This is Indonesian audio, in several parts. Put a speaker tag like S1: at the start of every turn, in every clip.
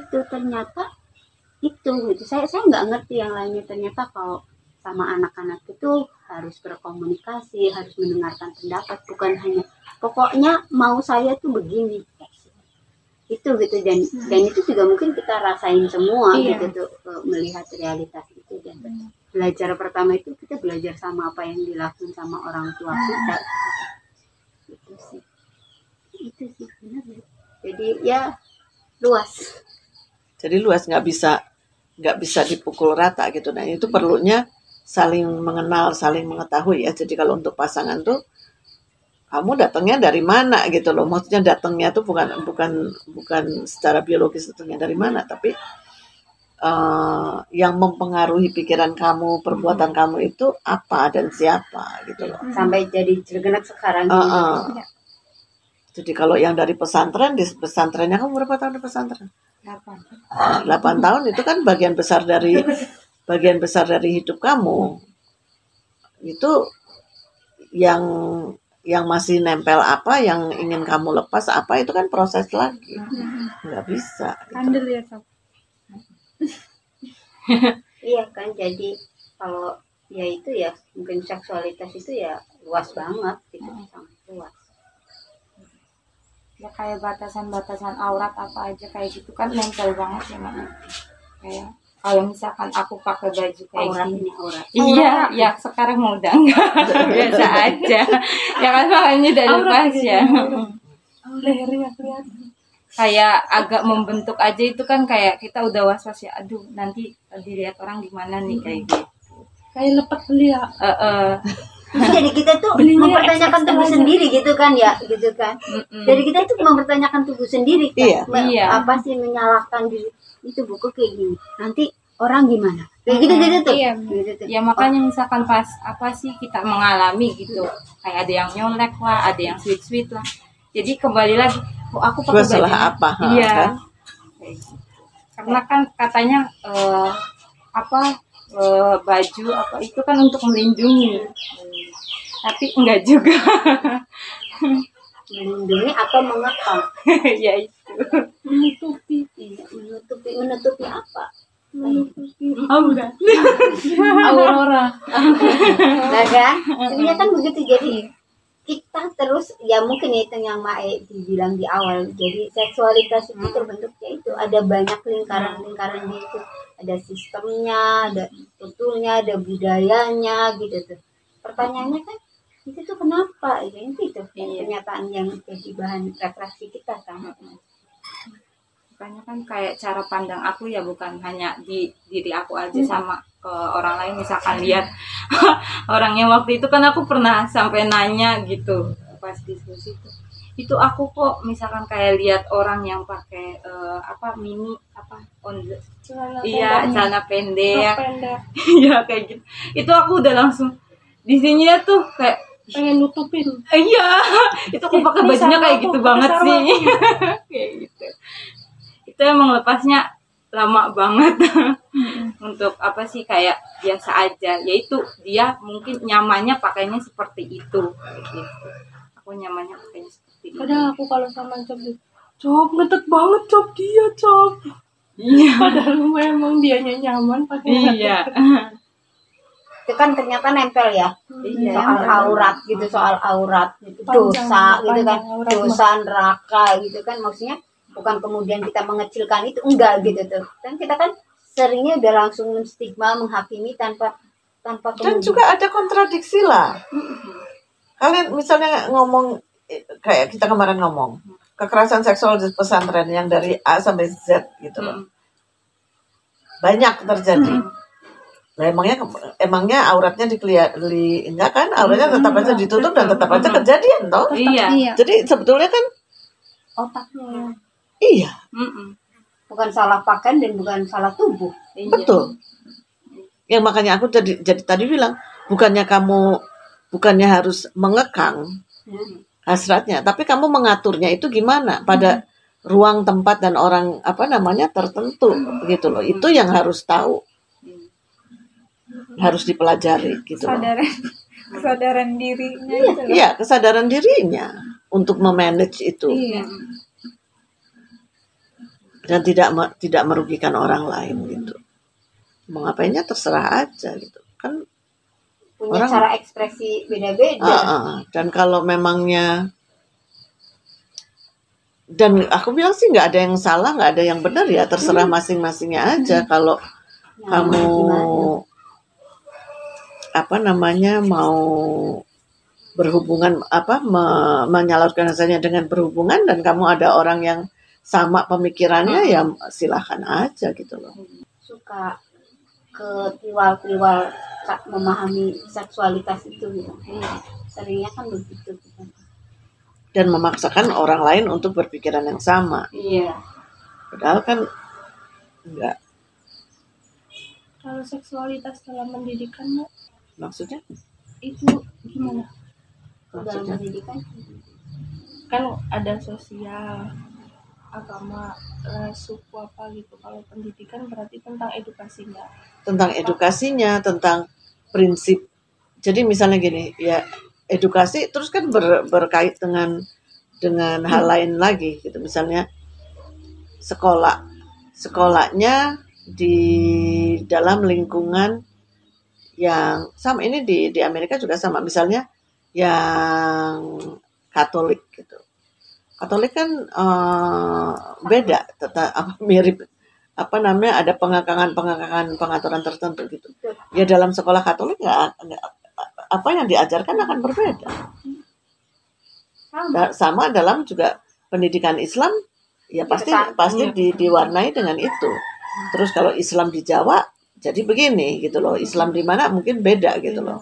S1: gitu ternyata itu gitu. Saya nggak ngerti yang lainnya, ternyata kalau sama anak-anak itu harus berkomunikasi, harus mendengarkan pendapat, bukan hanya pokoknya mau saya tuh begini itu gitu. Dan itu juga mungkin kita rasain semua gitu tuh, melihat realitas itu. Dan belajar pertama itu kita belajar sama apa yang dilakukan sama orang tua kita. Itu sih benar. Jadi ya luas.
S2: Jadi luas, nggak bisa dipukul rata gitu. Nah itu perlunya saling mengenal, saling mengetahui ya. Jadi kalau untuk pasangan tuh kamu datangnya dari mana gitu loh. Maksudnya datangnya tuh bukan secara biologis datangnya dari mana, tapi yang mempengaruhi pikiran kamu, perbuatan kamu itu apa dan siapa gitu loh.
S1: Sampai jadi Cilegenep sekarang.
S2: Jadi kalau yang dari pesantren, di pesantrennya kamu berapa tahun di pesantren? 8 tahun. Itu kan bagian besar dari hidup kamu. Itu yang masih nempel apa, yang ingin kamu lepas apa, itu kan proses lagi. Nggak bisa.
S3: Handel ya, Sob.
S1: Iya kan, jadi kalau ya itu ya mungkin seksualitas itu ya luas banget gitu, sangat luas.
S3: Ya kayak batasan-batasan aurat apa aja kayak gitu kan nempel banget ya Mak. Kayak kalau misalkan aku pakai baju kayak gini, iya, ya sekarang mau udah enggak, biasa aja. Ya kan makanya udah lepas ya.
S4: Lehernya kelihatan.
S3: Kayak agak membentuk aja itu kan kayak kita udah was-was ya. Aduh, nanti dilihat orang gimana nih kayak gitu.
S4: Kayak lepet beli ya.
S1: Jadi kita tuh mempertanyakan tubuh sendiri gitu kan ya, gitu kan. Jadi kita tuh mempertanyakan tubuh sendiri kan.
S3: Iya.
S1: Apa sih menyalahkan diri itu buku kayak gini. Nanti orang gimana? Kayak gitu tuh.
S3: Iya.
S1: Gitu tuh.
S3: Ya makanya misalkan pas apa sih kita mengalami gitu. Kayak ada yang nyolek lah, ada yang sweet lah. Jadi kembali lagi, aku pakai baju
S2: salah apa?
S3: Iya.
S2: Kan?
S3: Karena kan katanya baju apa itu kan untuk melindungi. Tapi enggak juga.
S1: Melindungi atau mengekang?
S3: Ya itu.
S1: Menutupi apa?
S4: Aurora.
S1: Nah kan, sebenarnya kan begitu. Jadi kita terus ya mungkin itu yang Mae dibilang di awal. Jadi seksualitas itu terbentuknya itu ada banyak lingkaran-lingkaran di itu. Ada sistemnya, ada kulturnya, ada budayanya gitu tuh. Pertanyaannya kan itu tuh kenapa? Itu pernyataan yang jadi bahan refleksi kita kan.
S3: Makanya kan kayak cara pandang aku ya bukan hanya di diri aku aja sama ke orang lain. Misalkan lihat orangnya waktu itu kan aku pernah sampai nanya gitu pas diskusi itu aku kok misalkan kayak lihat orang yang pakai mini celana pendek iya kayak gitu, itu aku udah langsung di sini ya tuh kayak
S4: pengen nutupin.
S3: Iya, itu aku pakai bajunya kayak gitu banget sih. Kayak gitu. Itu emang lepasnya lama banget. Untuk apa sih kayak biasa aja. Yaitu dia mungkin nyamannya pakainya seperti itu. Gitu. Aku nyamannya pakainya seperti itu.
S4: Padahal aku kalau sama Cob ngetet banget Cob. Iya. Padahal memang dianya nyaman pakai.
S3: Iya.
S1: Itu kan ternyata nempel ya. Soal aurat gitu, dosa gitu kan, dosa neraka gitu kan, maksudnya bukan kemudian kita mengecilkan itu, enggak gitu tuh. Dan kita kan seringnya udah langsung menstigma, menghakimi tanpa
S2: dan juga ada kontradiksi lah. Kalian misalnya ngomong kayak kita kemarin ngomong kekerasan seksual di pesantren yang dari A sampai Z gitu loh. Banyak terjadi. Nah, emangnya auratnya enggak kan? Auratnya tetap aja ditutup dan tetap aja kejadian toh.
S3: Iya.
S2: Jadi sebetulnya kan
S4: otaknya.
S2: Iya.
S1: Bukan salah pakaian dan bukan salah tubuh.
S2: Betul. Yang makanya aku jadi tadi bilang, bukannya harus mengekang hasratnya, tapi kamu mengaturnya itu gimana pada ruang tempat dan orang tertentu gitu loh. Itu yang harus tahu. Harus dipelajari gitu loh.
S3: Kesadaran dirinya
S2: itu loh. Iya, kesadaran dirinya untuk memanage itu.
S3: Iya.
S2: dan tidak merugikan orang lain gitu. Mau ngapainnya terserah aja gitu kan.
S1: Punya
S2: Orang-
S1: cara ekspresi beda-beda.
S2: Dan kalau memangnya, dan aku bilang sih nggak ada yang salah, nggak ada yang benar ya, terserah masing-masingnya aja. Kalau
S1: Nah,
S2: kamu
S1: gimana?
S2: mau berhubungan menyalurkan rasanya dengan berhubungan, dan kamu ada orang yang sama pemikirannya, ya silahkan aja gitu loh.
S1: Suka ketiwal-tiwal memahami seksualitas itu gitu. Seringnya kan begitu gitu.
S2: Dan memaksakan orang lain untuk berpikiran yang sama,
S1: Iya.
S2: padahal kan enggak.
S4: Kalau seksualitas dalam pendidikan, Mbak,
S2: Maksudnya
S4: itu gimana?
S1: Dalam pendidikan
S4: Kan ada sosial, agama, suku apa gitu. Kalau pendidikan berarti tentang edukasinya.
S2: tentang edukasinya, tentang prinsip. Jadi misalnya gini, ya edukasi terus kan berkait dengan hal lain lagi gitu. Misalnya sekolahnya di dalam lingkungan yang sama, ini di Amerika juga sama. Misalnya yang Katolik gitu. Katolik kan beda, mirip ada pengaturan tertentu gitu. Ya dalam sekolah Katolik nggak apa yang diajarkan akan berbeda. Sama dalam juga pendidikan Islam, ya pasti diwarnai dengan itu. Terus kalau Islam di Jawa jadi begini gitu loh, Islam di mana mungkin beda gitu loh.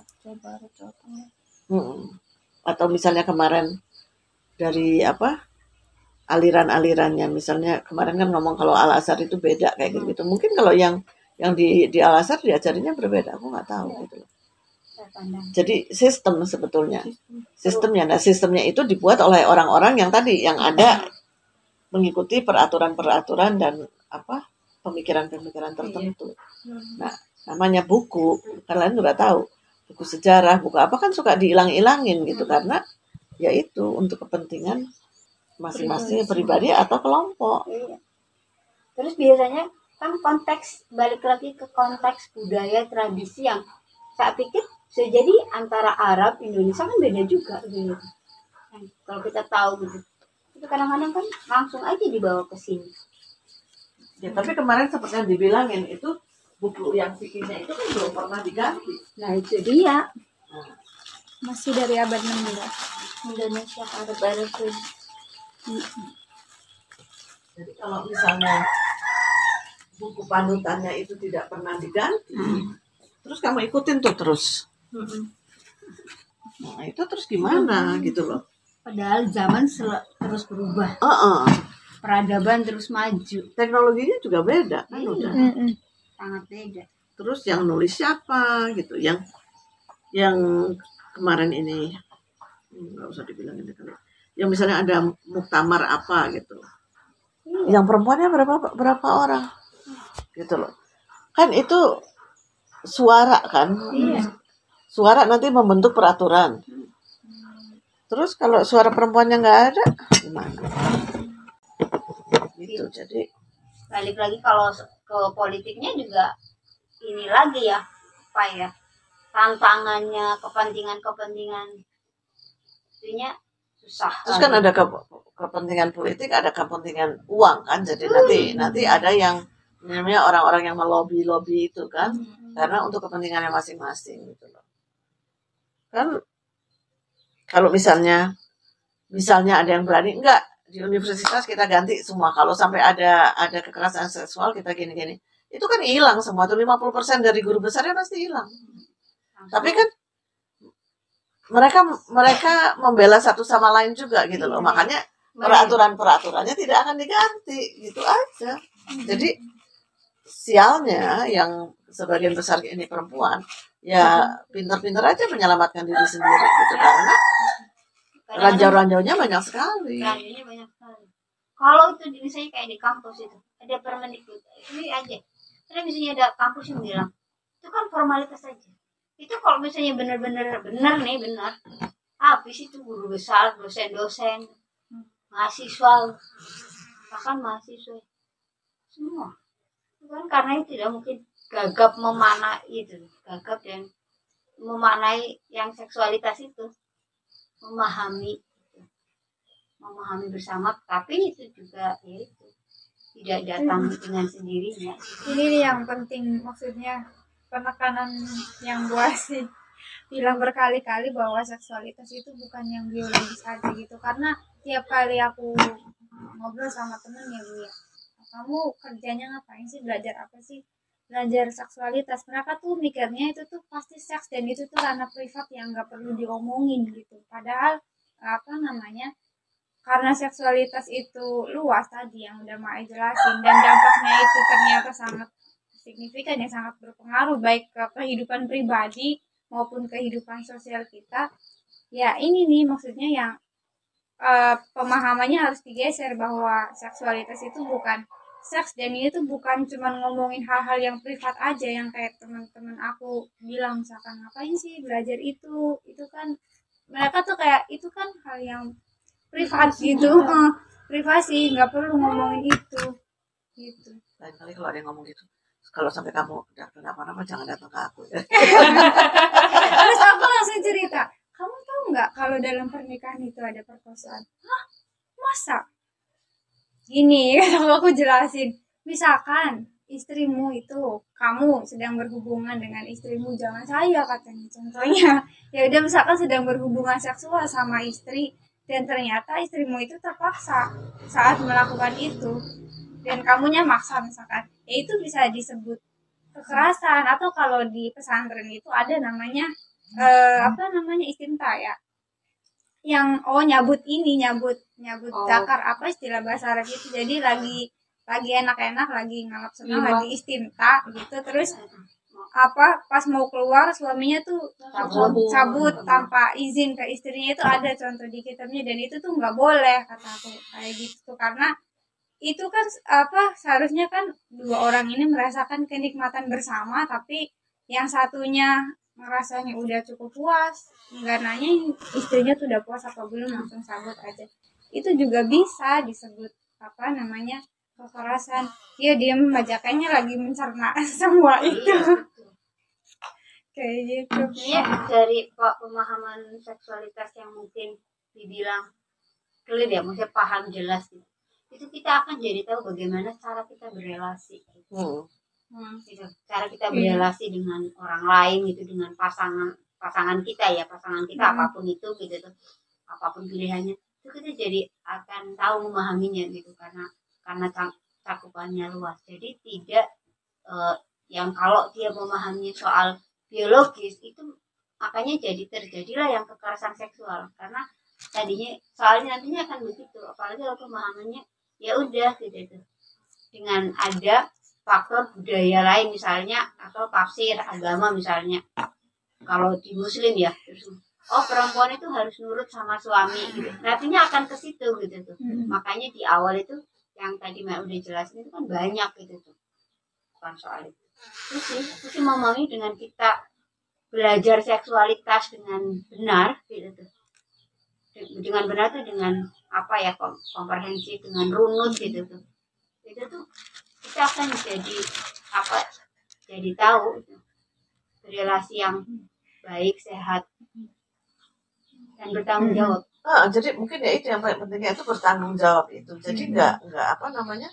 S2: Atau misalnya kemarin dari aliran-alirannya, misalnya kemarin kan ngomong kalau Al-Azhar itu beda kayak gitu. Mungkin kalau yang di Al-Azhar diajarinya berbeda, aku nggak tahu gitu loh. Jadi sistem sebetulnya, sistemnya itu dibuat oleh orang-orang yang tadi yang ada mengikuti peraturan-peraturan dan pemikiran-pemikiran tertentu. Nah, namanya buku, kalian juga tahu, buku sejarah, buku apa kan suka diilang-ilangin gitu, karena yaitu untuk kepentingan masing-masing pribadi atau kelompok.
S1: Iya. Terus biasanya kan balik lagi ke konteks budaya tradisi yang saya pikir bisa jadi antara Arab Indonesia kan beda juga gitu. Kalau kita tahu gitu, itu kadang-kadang kan langsung aja dibawa ke sini.
S2: Ya, tapi kemarin seperti yang dibilangin itu buku yang fikihnya itu kan belum pernah diganti.
S1: Nah itu dia.
S3: Masih dari abad 16.
S1: Indonesia Arab itu.
S2: Jadi kalau misalnya buku panutannya itu tidak pernah diganti, terus kamu ikutin tuh terus. Nah itu terus gimana gitu loh.
S1: Padahal zaman terus berubah. Peradaban terus maju.
S2: Teknologinya juga beda kan udah.
S1: Sangat beda.
S2: Terus yang nulis siapa gitu, yang kemarin ini nggak usah dibilang ini kali. Yang misalnya ada muktamar apa gitu. Yang perempuannya berapa orang gitu loh. Kan itu suara kan. Suara nanti membentuk peraturan. Terus kalau suara perempuannya nggak ada, gimana? Gitu. Jadi
S1: balik lagi kalau ke politiknya juga ini lagi ya, tantangannya, kepentingan intinya susah.
S2: Terus kan ada kepentingan politik, ada kepentingan uang kan. Jadi nanti ada yang namanya orang-orang yang melobi itu kan, karena untuk kepentingannya masing-masing gitu loh. Kan kalau misalnya ada yang berani, enggak, di universitas kita ganti semua, kalau sampai ada kekerasan seksual kita gini-gini, itu kan hilang semua tuh, 50% dari guru besarnya pasti hilang. Tapi kan mereka membela satu sama lain juga gitu loh, makanya peraturannya tidak akan diganti gitu aja. Jadi sialnya yang sebagian besar ini perempuan, ya pintar-pintar aja menyelamatkan diri sendiri gitu, karena ranjau-ranjaunya banyak sekali.
S1: Kalau itu misalnya kayak di kampus itu ada Permendikbud ini aja, karena misalnya ada kampus yang bilang itu kan formalitas saja. Itu kalau misalnya benar habis itu guru besar, dosen-dosen, mahasiswa, bahkan mahasiswa semua. Kan karena itu tidak mungkin gagap memanai itu, gagap dan memanai yang seksualitas itu, memahami bersama, tapi itu juga ya itu tidak datang dengan sendirinya.
S5: Ini yang penting, maksudnya penekanan yang gua sih bilang berkali-kali bahwa seksualitas itu bukan yang biologis aja gitu, karena tiap kali aku ngobrol sama temen ya Bu ya, kamu kerjanya ngapain sih, belajar apa sih, belajar seksualitas, mereka tuh mikirnya itu tuh pasti seks dan itu tuh ranah privat yang nggak perlu diomongin gitu, padahal apa namanya, karena seksualitas itu luas tadi yang udah Mae jelasin, dan dampaknya itu ternyata sangat signifikan, yang sangat berpengaruh baik ke kehidupan pribadi maupun kehidupan sosial kita. Ya ini nih maksudnya yang pemahamannya harus digeser bahwa seksualitas itu bukan seks, dan ini tuh bukan cuma ngomongin hal-hal yang privat aja, yang kayak teman-teman aku bilang misalkan ngapain sih belajar itu kan mereka tuh kayak itu kan hal yang privat gitu, privasi, nggak perlu ngomongin itu gitu.
S2: Lain kali kalau ada yang ngomong gitu, kalau sampai kamu udah kenapa-napa jangan datang ke aku ya.
S5: Terus aku langsung cerita, kamu tahu nggak kalau dalam pernikahan itu ada perkosaan? Hah, masa? Gini, aku jelasin, misalkan istrimu itu, kamu sedang berhubungan dengan istrimu, jangan saya katanya contohnya, ya udah misalkan sedang berhubungan seksual sama istri, dan ternyata istrimu itu terpaksa saat melakukan itu, dan kamunya maksa misalkan, ya itu bisa disebut kekerasan. Atau kalau di pesantren itu ada namanya apa namanya, istimta ya, yang nyabut zakar, apa istilah bahasa Arab itu, jadi lagi enak-enak, lagi ngalap senang, lagi istimta gitu, terus apa pas mau keluar suaminya tuh cabut tanpa izin ke istrinya, itu ada contoh di kitabnya, dan itu tuh nggak boleh kata aku kayak gitu, karena itu kan apa, seharusnya kan dua orang ini merasakan kenikmatan bersama, tapi yang satunya ngerasanya udah cukup puas, nggak nanya istrinya tuh udah puas apa belum, langsung cabut aja, itu juga bisa disebut apa namanya, kekerasan. Dia diem aja kayaknya lagi mencerna semua itu. Kayak gitu.
S1: Maksudnya dari pemahaman seksualitas yang mungkin dibilang clear ya, maksudnya paham jelas gitu, itu kita akan jadi tahu bagaimana cara kita berelasi gitu. Gitu. Cara kita berelasi dengan orang lain gitu, dengan pasangan kita ya, pasangan kita apapun itu gitu tuh, apapun pilihannya, itu kita jadi akan tahu memahaminya gitu, karena cakupannya luas. Jadi tidak yang kalau dia memahami soal biologis itu, makanya jadi terjadilah yang kekerasan seksual, karena tadinya soalnya nantinya akan begitu, apalagi kalau pemahamannya ya udah gitu tuh, dengan ada faktor budaya lain misalnya, atau tafsir agama misalnya, kalau di muslim ya, terus perempuan itu harus nurut sama suami gitu, nantinya akan ke situ gitu tuh. Makanya di awal itu yang tadi Mbak udah jelasin itu kan banyak gitu tuh, bukan soal itu. Itu sih memahami dengan kita belajar seksualitas dengan benar gitu tuh, dengan benar tuh dengan apa ya, komprehensif, dengan runut gitu tuh, itu tuh kita akan jadi apa, jadi tahu gitu, relasi yang baik, sehat, dan bertanggung jawab.
S2: Jadi mungkin ya itu yang paling pentingnya, itu bertanggung jawab itu. Jadi nggak apa namanya,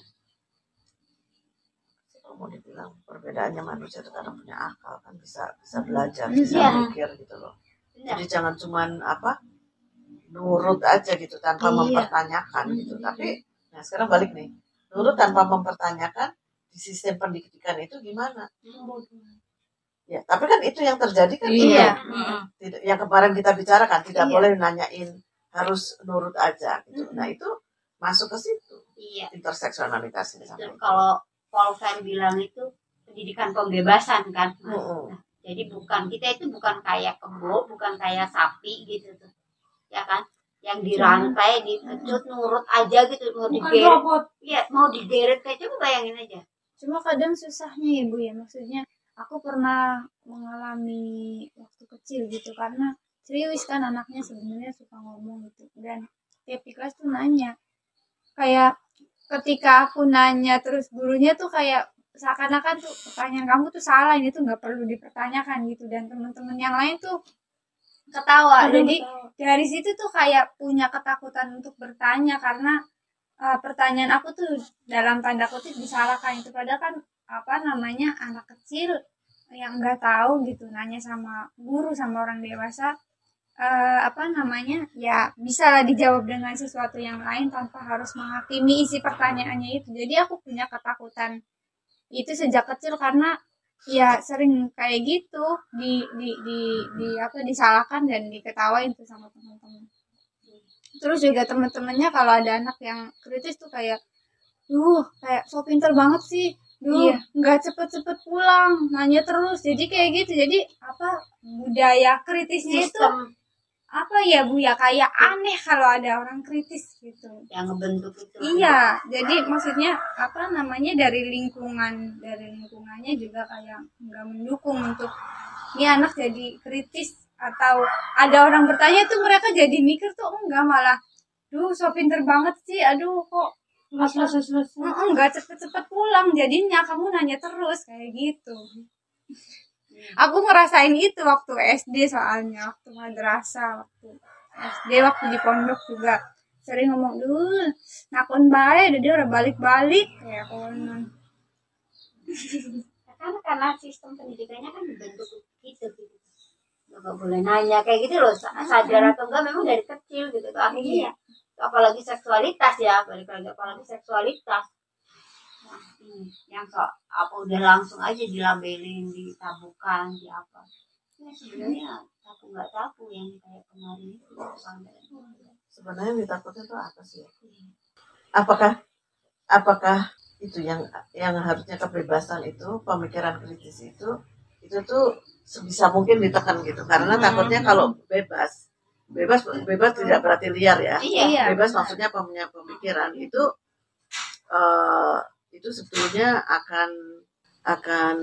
S2: mau dibilang perbedaannya manusia itu karena punya akal kan, bisa belajar, bisa mikir gitu loh. Jadi jangan cuman apa, nurut aja gitu tanpa mempertanyakan gitu. Tapi nah sekarang balik nih, nurut tanpa mempertanyakan di sistem pendidikan itu gimana? Ya, tapi kan itu yang terjadi kan. Tidak, yang kemarin kita bicarakan, tidak boleh nanyain, harus nurut aja gitu. Nah itu masuk ke situ. Interseksionalitas ini.
S1: Kalau Paul Venn bilang itu pendidikan pembebasan kan. Nah, jadi kita itu bukan kayak kebo, bukan kayak sapi gitu tuh, ya kan, yang dirantai, dikecut, nurut aja gitu, mau digeret, ya mau digeret kayak, coba bayangin aja.
S5: Cuma kadang susahnya ya Bu ya, maksudnya aku pernah mengalami waktu kecil gitu, karena serius kan anaknya sebenarnya suka ngomong gitu, dan tiap di kelas tuh nanya kayak ketika aku nanya terus gurunya tuh kayak seakan-akan tuh pertanyaan kamu tuh salah, ini tuh nggak perlu dipertanyakan gitu, dan teman-teman yang lain tuh ketawa. Jadi dari situ tuh kayak punya ketakutan untuk bertanya karena pertanyaan aku tuh dalam tanda kutip disalahkan itu, padahal kan apa namanya anak kecil yang nggak tahu gitu nanya sama guru sama orang dewasa apa namanya ya bisa lah dijawab dengan sesuatu yang lain tanpa harus menghakimi isi pertanyaannya itu. Jadi aku punya ketakutan itu sejak kecil karena ya sering kayak gitu di apa disalahkan dan diketawain tuh sama teman-teman. Terus juga teman-temannya kalau ada anak yang kritis tuh kayak kayak so pinter banget sih, nggak cepet-cepet pulang, nanya terus. Jadi kayak gitu, jadi apa budaya kritisnya itu apa ya Bu ya, kayak aneh kalau ada orang kritis gitu
S1: yang ngebentuk itu.
S5: Iya, jadi maksudnya apa namanya dari lingkungannya juga kayak nggak mendukung untuk ini anak jadi kritis, atau ada orang bertanya tuh mereka jadi mikir tuh enggak, malah so pinter banget sih, kok enggak cepet-cepet pulang, jadinya kamu nanya terus kayak gitu. Aku ngerasain itu waktu SD, soalnya waktu madrasah, waktu SD, waktu di pondok juga sering ngomong nakon bae, dia udah balik-balik kayak konon.
S1: Karena sistem pendidikannya kan dibentuk gitu. Nggak boleh nanya kayak gitu loh, sadar atau enggak memang dari kecil gitu. Akhirnya apalagi seksualitas ya, apalagi seksualitas. Yang apa udah langsung aja dilabelin, ditabukan, di apa. Ya sebenarnya nggak tabu yang kayak kemarin itu
S2: Sebenarnya ditakutnya itu apa sih? Apakah itu yang harusnya kebebasan itu, pemikiran kritis itu tuh sebisa mungkin ditekan gitu, karena takutnya kalau bebas tidak berarti liar ya.
S5: Iya.
S2: Bebas maksudnya punya pemikiran itu sebetulnya akan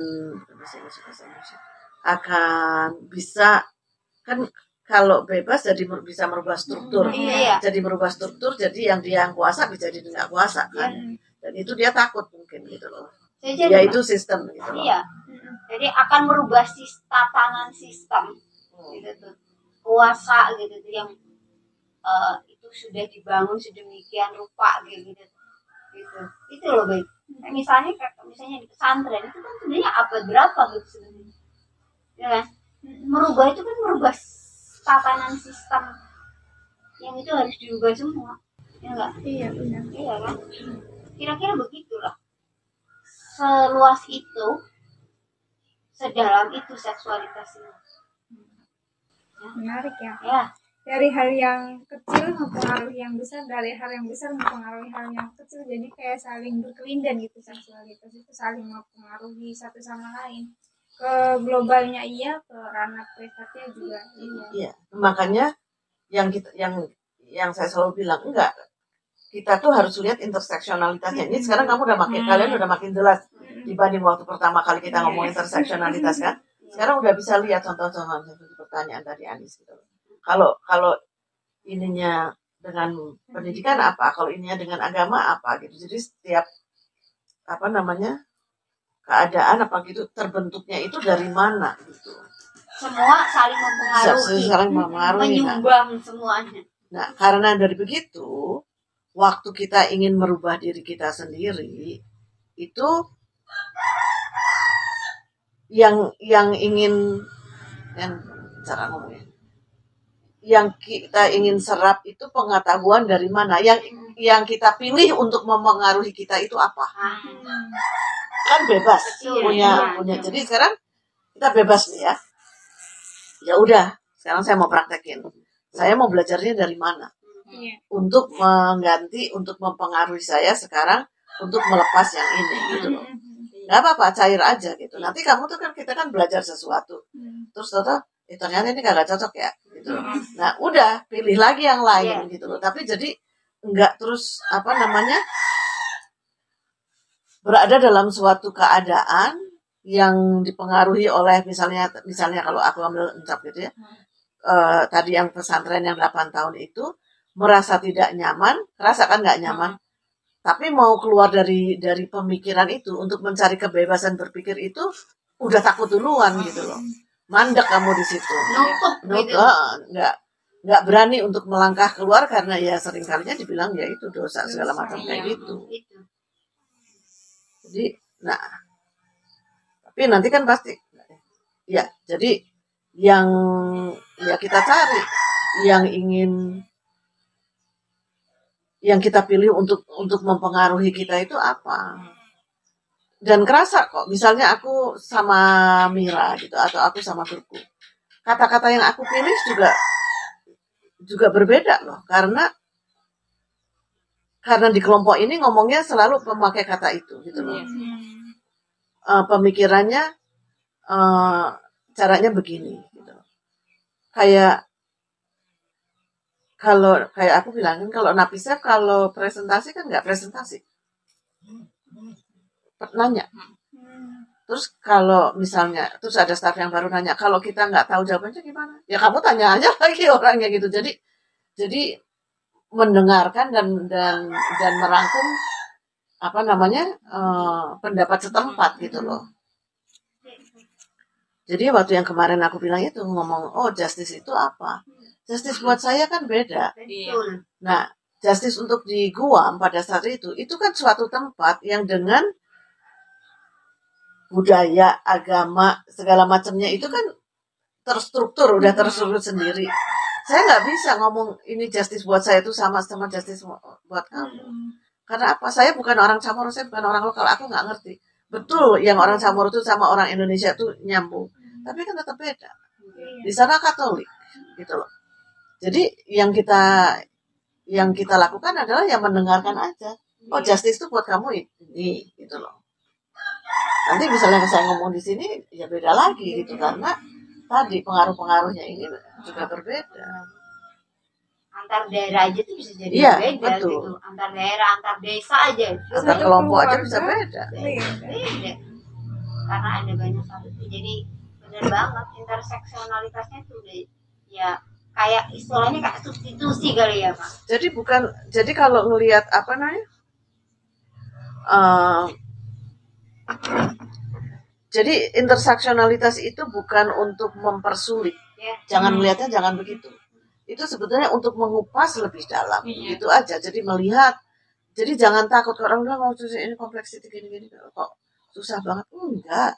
S2: bisa kan, kalau bebas jadi bisa merubah struktur. Jadi merubah struktur, jadi yang dia yang kuasa bisa jadi nggak kuasa kan. Dan itu dia takut mungkin gitu loh. Ya itu sistem gitu loh.
S1: Iya. Jadi akan merubah tatanan sistem gitu tuh. Kuasa gitu tuh yang itu sudah dibangun sedemikian rupa gitu. Itu loh baik. Misalnya di pesantren itu kan sebenarnya abad berapa gitu sebenarnya. Ya kan? Merubah itu kan merubah tatanan sistem yang itu harus diubah semua. Ya enggak?
S5: Iya benar.
S1: Iya kan? Kira-kira begitulah. Seluas itu, sedalam itu seksualitas ini.
S5: Menarik ya.
S1: Ya.
S5: Dari hal yang kecil mempengaruhi yang besar, dari hal yang besar mempengaruhi hal yang kecil, jadi kayak saling berkelindan gitu. Seksualitas itu saling mempengaruhi satu sama lain, ke globalnya iya, ke ranah privatnya juga
S2: iya. Makanya yang saya selalu bilang, enggak, kita tuh harus lihat interseksionalitasnya. Ini sekarang kamu kalian udah makin jelas dibanding waktu pertama kali kita ngomong interseksionalitas kan. Sekarang udah bisa lihat contoh-contoh pertanyaan dari Anis gitu. Kalau ininya dengan pendidikan apa, kalau ininya dengan agama apa gitu. Jadi setiap keadaan apa gitu terbentuknya itu dari mana gitu.
S1: Semua saling mempengaruhi. Menyumbang semuanya.
S2: Nah, karena dari begitu, waktu kita ingin merubah diri kita sendiri itu yang ingin cara ngomongnya, yang kita ingin serap itu pengetahuan dari mana, yang kita pilih untuk mempengaruhi kita itu apa. Kan bebas punya. Jadi sekarang kita bebas nih ya. Ya udah, sekarang saya mau praktekin. Saya mau belajarnya dari mana? Untuk mengganti, untuk mempengaruhi saya sekarang, untuk melepas yang ini gitu loh. Gak apa-apa, cair aja gitu. Nanti kamu tuh kan, kita kan belajar sesuatu. Terus ternyata ini kagak cocok ya gitu. Nah udah, pilih lagi yang lain gitu loh. Tapi jadi enggak terus berada dalam suatu keadaan yang dipengaruhi oleh misalnya kalau aku ambil ucap gitu ya, tadi yang pesantren yang 8 tahun itu merasa tidak nyaman, rasakan nggak nyaman, Tapi mau keluar dari pemikiran itu untuk mencari kebebasan berpikir itu udah takut duluan gitu loh. Mandek kamu di situ.
S1: Nutup gitu.
S2: Nggak berani untuk melangkah keluar karena ya seringkalinya dibilang ya itu dosa segala macam kayak gitu.
S1: Gitu.
S2: Jadi, nah, tapi nanti kan pasti ya. Jadi yang ya kita cari yang kita pilih untuk mempengaruhi kita itu apa. Dan kerasa kok, misalnya aku sama Mira gitu atau aku sama Turku, kata-kata yang aku pilih juga berbeda loh, karena di kelompok ini ngomongnya selalu memakai kata itu gitu loh. Pemikirannya caranya begini gitu. Kayak aku bilangin, kalau Napisef kalau presentasi kan nggak presentasi, nanya. Terus kalau misalnya terus ada staff yang baru nanya, kalau kita nggak tahu jawabannya gimana? Ya kamu tanya aja lagi orangnya gitu. Jadi mendengarkan dan merangkum apa namanya pendapat setempat gitu loh. Jadi waktu yang kemarin aku bilang itu ngomong, oh justice itu apa? Justice buat saya kan beda.
S1: Betul.
S2: Nah, justice untuk di Guam pada saat itu kan suatu tempat yang dengan budaya, agama, segala macamnya itu kan terstruktur, udah terstruktur sendiri. Saya nggak bisa ngomong ini justice buat saya itu sama justice buat kamu. Karena apa? Saya bukan orang Chamorro, saya bukan orang lokal, aku nggak ngerti. Betul, yang orang Chamorro itu sama orang Indonesia itu nyambung. Tapi kan tetap beda. Di sana Katolik, gitu loh. Jadi yang kita lakukan adalah yang mendengarkan aja. Oh, justice itu buat kamu ini, gitu loh. Nanti misalnya saya ngomong di sini ya beda lagi gitu, karena tadi pengaruh-pengaruhnya ini juga berbeda.
S1: Antar daerah aja tuh bisa jadi
S2: Iya,
S1: beda
S2: betul.
S1: gitu. Antar daerah, antar desa aja.
S2: Antar kelompok aja bisa beda.
S1: Beda. Karena ada banyak satu tuh. Jadi benar banget interseksionalitasnya tuh udah ya kayak istilahnya kayak substitusi kali ya Pak.
S2: Jadi kalau ngelihat apa namanya? Jadi interseksionalitas itu bukan untuk mempersulit.
S1: Ya.
S2: Jangan melihatnya jangan begitu. Itu sebetulnya untuk mengupas lebih dalam. Gitu aja. Jadi melihat. Jadi jangan takut orang bilang oh ini kompleksiti gini-gini kok susah banget. Enggak.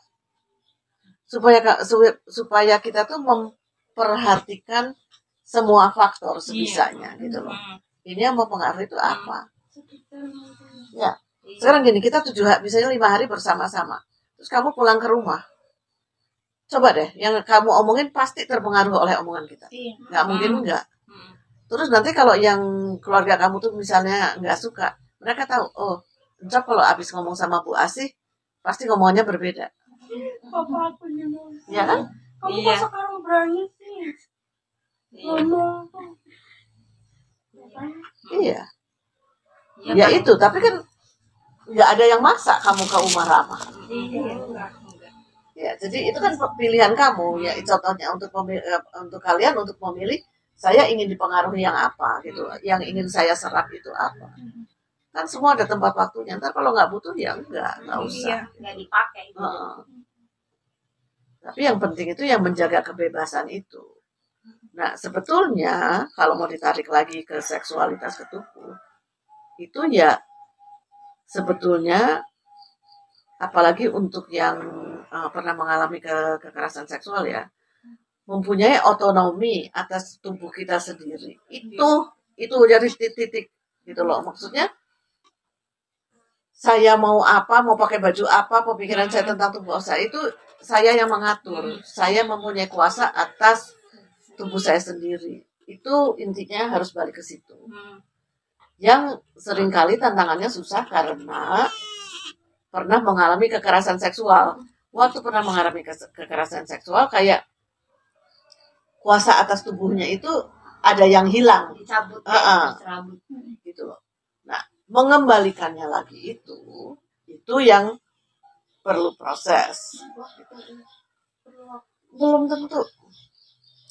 S2: Supaya kita tuh memperhatikan semua faktor sebisanya gitu loh. Ini yang mempengaruhi itu apa? Ya. Sekarang gini, kita misalnya 5 hari bersama-sama. Terus kamu pulang ke rumah. Coba deh, yang kamu omongin pasti terpengaruh oleh omongan kita. Nggak mungkin enggak. Terus nanti kalau yang keluarga kamu tuh misalnya nggak suka, mereka tahu, oh, Encap kalau habis ngomong sama Bu Asih, pasti ngomongnya berbeda.
S4: Papa aku juga.
S2: Ya kan?
S4: Kamu kok sekarang berani sih? Ngomong.
S2: Iya. Ya itu, tapi kan nggak ada yang maksa kamu ke Umar Ramah. Ya, jadi itu kan pilihan kamu. Ya, contohnya untuk kalian untuk memilih saya ingin dipengaruhi yang apa gitu, yang ingin saya serap itu apa. Kan semua ada tempat waktunya. Ntar kalau nggak butuh ya nggak usah.
S1: Nggak dipakai.
S2: Tapi yang penting itu yang menjaga kebebasan itu. Nah, sebetulnya kalau mau ditarik lagi ke seksualitas ketuku, itu ya sebetulnya apalagi untuk yang pernah mengalami kekerasan seksual ya, mempunyai otonomi atas tubuh kita sendiri. Itu jadi titik gitu loh. Maksudnya saya mau apa, mau pakai baju apa, pemikiran saya tentang tubuh saya itu saya yang mengatur. Saya mempunyai kuasa atas tubuh saya sendiri. Itu intinya harus balik ke situ. Yang seringkali tantangannya susah karena pernah mengalami kekerasan seksual. Waktu pernah mengalami kekerasan seksual, kayak kuasa atas tubuhnya itu ada yang hilang.
S1: Dicabut,
S2: gitu loh. Nah, mengembalikannya lagi itu yang perlu proses. Belum tentu.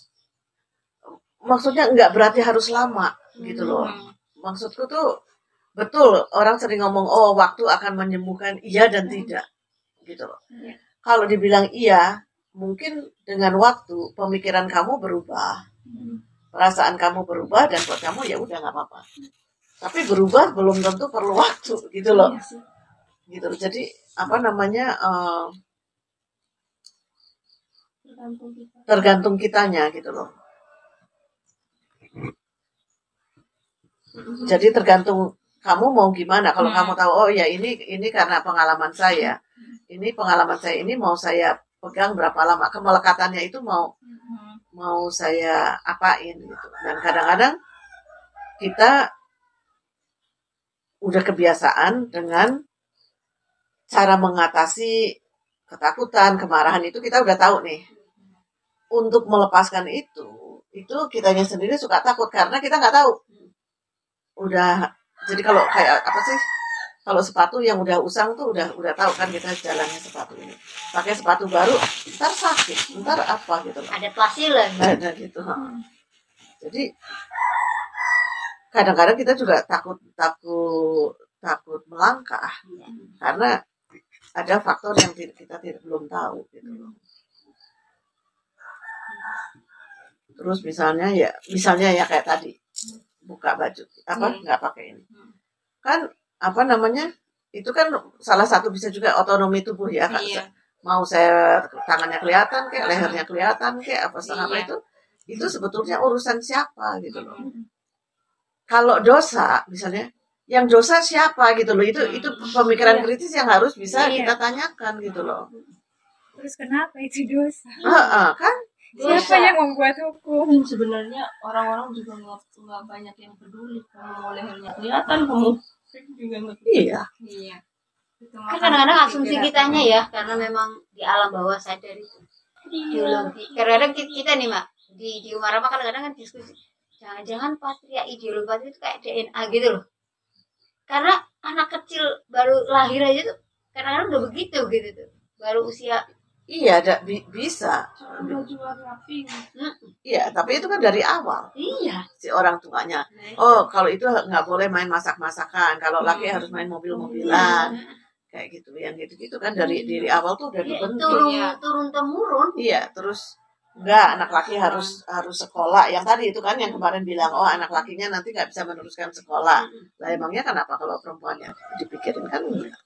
S2: Maksudnya nggak berarti harus lama gitu loh. Maksudku tuh betul orang sering ngomong oh waktu akan menyembuhkan, iya dan tidak gitu loh. Kalau dibilang iya, mungkin dengan waktu pemikiran kamu berubah, perasaan kamu berubah, dan buat kamu ya udah nggak apa-apa. Tapi berubah belum tentu perlu waktu gitu loh. Gitu. Jadi apa namanya tergantung kitanya gitu loh. Jadi tergantung kamu mau gimana. Kalau kamu tahu oh ya ini karena pengalaman saya. Ini pengalaman saya ini mau saya pegang berapa lama, kemelekatannya itu mau saya apain gitu. Dan kadang-kadang kita udah kebiasaan dengan cara mengatasi ketakutan, kemarahan itu kita udah tahu nih. Untuk melepaskan itu kitanya sendiri suka takut karena kita nggak tahu. Udah, jadi kalau kayak apa sih? Kalau sepatu yang udah usang tuh udah tahu kan kita jalannya sepatu ini. Pakai sepatu baru, ntar sakit, ntar apa gitu.
S1: Adaptasi lah.
S2: Nah, gitu. Jadi kadang-kadang kita juga takut melangkah karena ada faktor yang kita belum tahu gitu loh. Terus misalnya ya kayak tadi buka baju nggak pakai ini kan apa namanya itu kan salah satu bisa juga otonomi tubuh ya Kak. Mau saya tangannya kelihatan kayak lehernya kelihatan kayak apa setengah apa itu sebetulnya urusan siapa gitu loh. Kalau dosa misalnya yang dosa siapa gitu loh, itu pemikiran kritis yang harus bisa kita tanyakan gitu loh.
S5: Terus kenapa itu dosa?
S2: Kan
S5: Siapa yang membuat hukum?
S4: Dan sebenarnya orang-orang juga nggak banyak yang peduli. Kamu mau lehernya kelihatan, kamu juga nggak.
S2: Iya.
S1: Kan kadang-kadang asumsi kitanya ya, karena memang di alam bawah sadar itu ideologi. Kadang-kadang kita nih Mak, di Umarama kadang-kadang kan diskusi, jangan-jangan ideologi itu kayak DNA gitu loh. Karena anak kecil baru lahir aja tuh kadang-kadang udah begitu gitu tuh, baru usia.
S2: Iya, bisa. Iya, tapi itu kan dari awal.
S1: Iya.
S2: Si orang tuanya. Oh, kalau itu nggak boleh main masak-masakan. Kalau laki harus main mobil-mobilan. Kayak gitu. Yang gitu-gitu kan dari awal tuh udah dibentuk.
S1: Turun-temurun.
S2: Iya, terus enggak, anak laki harus sekolah. Yang tadi itu kan yang kemarin bilang, oh anak lakinya nanti nggak bisa meneruskan sekolah. Lah emangnya kenapa kalau perempuannya dipikirin kan enggak.